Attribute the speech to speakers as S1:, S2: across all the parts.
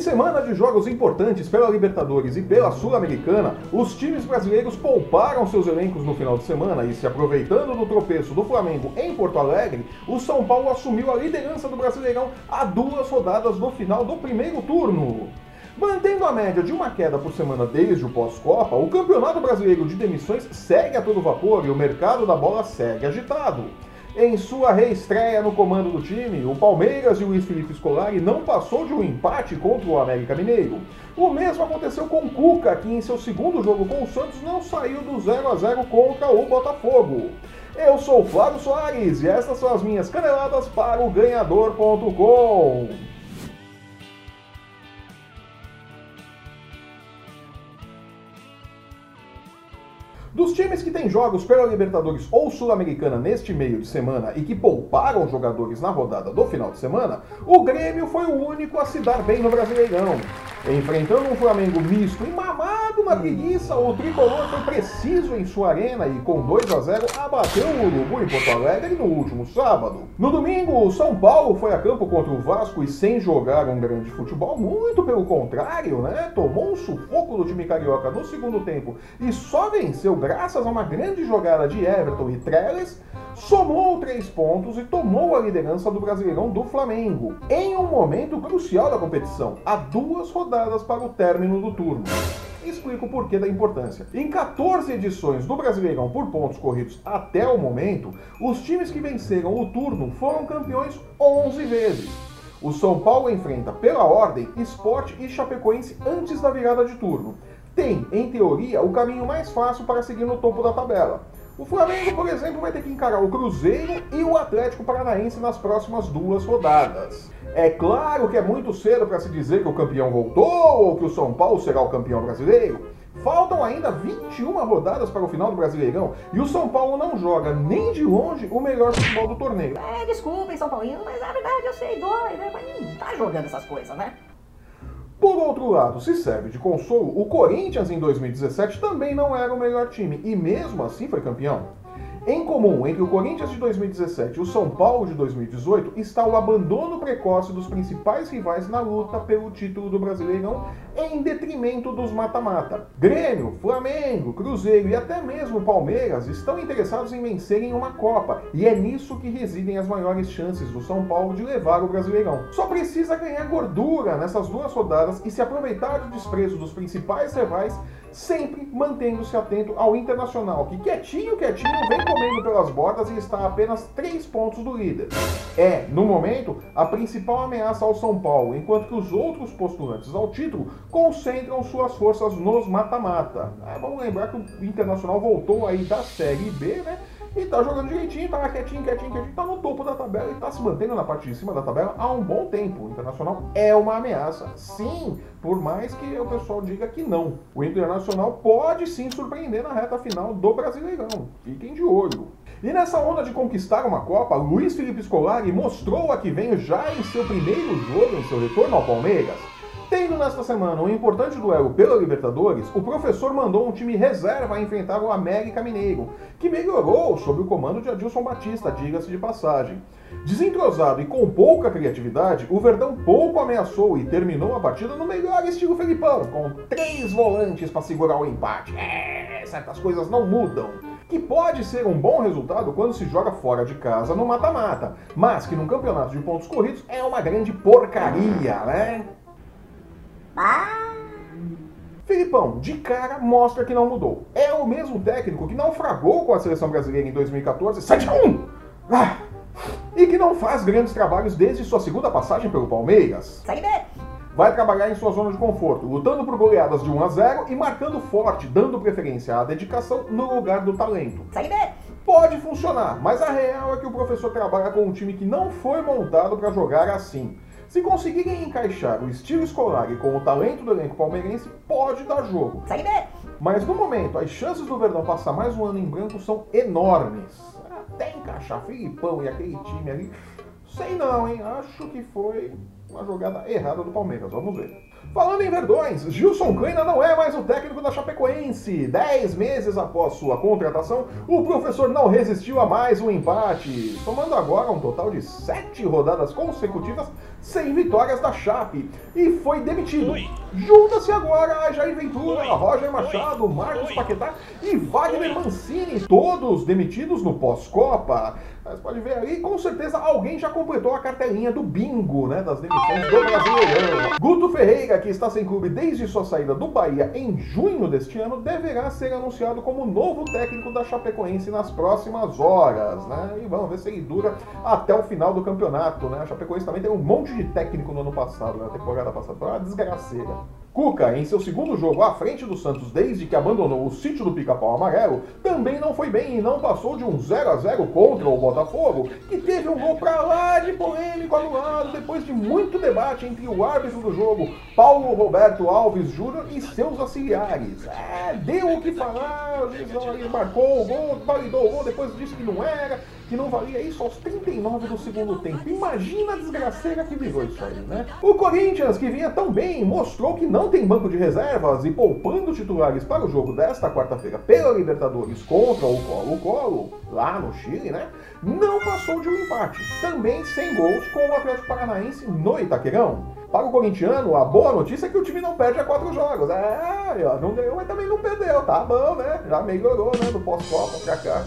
S1: semana de jogos importantes pela Libertadores e pela Sul-Americana, os times brasileiros pouparam seus elencos no final de semana e, se aproveitando do tropeço do Flamengo em Porto Alegre, o São Paulo assumiu a liderança do Brasileirão a 2 rodadas do final do primeiro turno. Mantendo a média de uma queda por semana desde o pós-Copa, o Campeonato Brasileiro de Demissões segue a todo vapor e o mercado da bola segue agitado. Em sua reestreia no comando do time, o Palmeiras de Luiz Felipe Scolari não passou de um empate contra o América Mineiro. O mesmo aconteceu com Cuca, que em seu segundo jogo com o Santos não saiu do 0-0 contra o Botafogo. Eu sou o Flávio Soares e essas são as minhas caneladas para o Ganhador.com. Dos times que têm jogos pela Libertadores ou Sul-Americana neste meio de semana e que pouparam jogadores na rodada do final de semana, o Grêmio foi o único a se dar bem no Brasileirão. Enfrentando um Flamengo misto e mamado na preguiça, o tricolor foi preciso em sua arena e com 2-0 abateu o Urubu em Porto Alegre no último sábado. No domingo, o São Paulo foi a campo contra o Vasco e sem jogar um grande futebol, muito pelo contrário, tomou um sufoco do time carioca no segundo tempo e só venceu graças a uma grande jogada de Everton e Trellis, somou 3 pontos e tomou a liderança do Brasileirão do Flamengo, em um momento crucial da competição, a 2 rodadas para o término do turno. Explico o porquê da importância. Em 14 edições do Brasileirão por pontos corridos até o momento, os times que venceram o turno foram campeões 11 vezes. O São Paulo enfrenta, pela ordem, Sport e Chapecoense antes da virada de turno. Tem, em teoria, o caminho mais fácil para seguir no topo da tabela. O Flamengo, por exemplo, vai ter que encarar o Cruzeiro e o Atlético Paranaense nas próximas 2 rodadas. É claro que é muito cedo para se dizer que o campeão voltou ou que o São Paulo será o campeão brasileiro. Faltam ainda 21 rodadas para o final do Brasileirão e o São Paulo não joga nem de longe o melhor futebol do torneio.
S2: Desculpem, São Paulino, mas na verdade eu sei dói, mas não tá jogando essas coisas, né?
S1: Por outro lado, se serve de consolo, o Corinthians em 2017 também não era o melhor time e mesmo assim foi campeão. Em comum entre o Corinthians de 2017 e o São Paulo de 2018 está o abandono precoce dos principais rivais na luta pelo título do Brasileirão em detrimento dos mata-mata. Grêmio, Flamengo, Cruzeiro e até mesmo Palmeiras estão interessados em vencerem uma Copa e é nisso que residem as maiores chances do São Paulo de levar o Brasileirão. Só precisa ganhar gordura nessas 2 rodadas e se aproveitar do desprezo dos principais rivais, sempre mantendo-se atento ao Internacional, que quietinho vem comendo pelas bordas e está a apenas 3 pontos do líder. É, no momento, a principal ameaça ao São Paulo, enquanto que os outros postulantes ao título concentram suas forças nos mata-mata. Vamos lembrar que o Internacional voltou aí da Série B, e tá jogando direitinho, tá quietinho, tá no topo da tabela e tá se mantendo na parte de cima da tabela há um bom tempo. O Internacional é uma ameaça, sim, por mais que o pessoal diga que não. O Internacional pode sim surpreender na reta final do Brasileirão. Fiquem de olho. E nessa onda de conquistar uma Copa, Luiz Felipe Scolari mostrou a que vem já em seu primeiro jogo em seu retorno ao Palmeiras. Tendo nesta semana um importante duelo pela Libertadores, o professor mandou um time reserva a enfrentar o América Mineiro, que melhorou sob o comando de Adilson Batista, diga-se de passagem. Desentrosado e com pouca criatividade, o Verdão pouco ameaçou e terminou a partida no melhor estilo Felipão, com 3 volantes para segurar o empate. Certas coisas não mudam. Que pode ser um bom resultado quando se joga fora de casa no mata-mata, mas que num campeonato de pontos corridos é uma grande porcaria, Felipão, de cara, mostra que não mudou. É o mesmo técnico que naufragou com a seleção brasileira em 2014, 7-1! E que não faz grandes trabalhos desde sua segunda passagem pelo Palmeiras. Vai trabalhar em sua zona de conforto, lutando por goleadas de 1-0 e marcando forte, dando preferência à dedicação no lugar do talento. Pode funcionar, mas a real é que o professor trabalha com um time que não foi montado para jogar assim. Se conseguirem encaixar o estilo Scolari com o talento do elenco palmeirense, pode dar jogo. Mas no momento, as chances do Verdão passar mais um ano em branco são enormes. Até encaixar Felipão e aquele time ali, sei não, hein? Acho que foi uma jogada errada do Palmeiras, vamos ver. Falando em Verdões, Gilson Kleina não é mais o técnico da Chapecoense. 10 meses após sua contratação, o professor não resistiu a mais um empate, somando agora um total de 7 rodadas consecutivas sem vitórias da Chape e foi demitido. Junta-se agora a Jair Ventura, Roger Machado, Marcos Paquetá e Wagner Mancini, todos demitidos no pós-Copa. Mas pode ver aí, com certeza alguém já completou a cartelinha do bingo, né, das demissões do Brasileirão. Guto Ferreira, que está sem clube desde sua saída do Bahia em junho deste ano, deverá ser anunciado como novo técnico da Chapecoense nas próximas horas, né? E vamos ver se ele dura até o final do campeonato, né? A Chapecoense também tem um monte de técnico no ano passado, né? A temporada passada foi uma desgraceira. Cuca, em seu segundo jogo à frente do Santos desde que abandonou o sítio do Pica-Pau Amarelo, também não foi bem e não passou de um 0-0 contra o Botafogo, que teve um gol pra lá de polêmico anulado depois de muito debate entre o árbitro do jogo, Paulo Roberto Alves Júnior, e seus auxiliares. Deu o que falar, o juiz marcou o gol, validou o gol, depois disse que não era, que não valia isso aos 39 do segundo tempo. Imagina a desgraceira que virou isso aí, né? O Corinthians, que vinha tão bem, mostrou que não tem banco de reservas e poupando titulares para o jogo desta quarta-feira pela Libertadores contra o Colo-Colo, lá no Chile, né? Não passou de um empate, também sem gols com o Atlético Paranaense no Itaquerão. Para o corintiano, a boa notícia é que o time não perde a 4 jogos. Não ganhou, mas também não perdeu, tá bom, né? Já melhorou, né, do pós-Copa pra cá.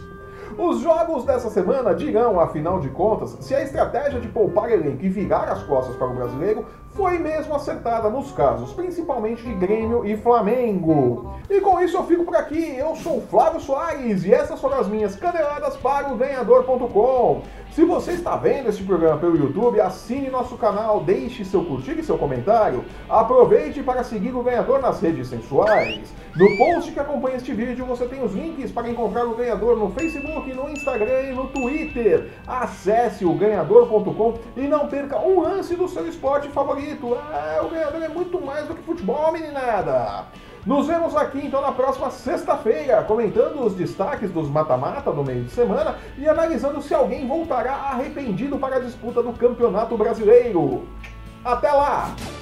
S1: Os jogos dessa semana dirão, afinal de contas, se a estratégia de poupar elenco e virar as costas para o brasileiro foi mesmo acertada nos casos, principalmente de Grêmio e Flamengo. E com isso eu fico por aqui, eu sou o Flávio Soares e essas foram as minhas caneladas para o Ganhador.com. Se você está vendo esse programa pelo YouTube, assine nosso canal, deixe seu curtir e seu comentário. Aproveite para seguir o Ganhador nas redes sensuais. No post que acompanha este vídeo você tem os links para encontrar o Ganhador no Facebook, no Instagram e no Twitter. Acesse o Ganhador.com e não perca um lance do seu esporte favorito. O Ganhador é muito mais do que futebol, meninada! Nos vemos aqui então na próxima sexta-feira, comentando os destaques dos mata-mata no meio de semana e analisando se alguém voltará arrependido para a disputa do Campeonato Brasileiro. Até lá!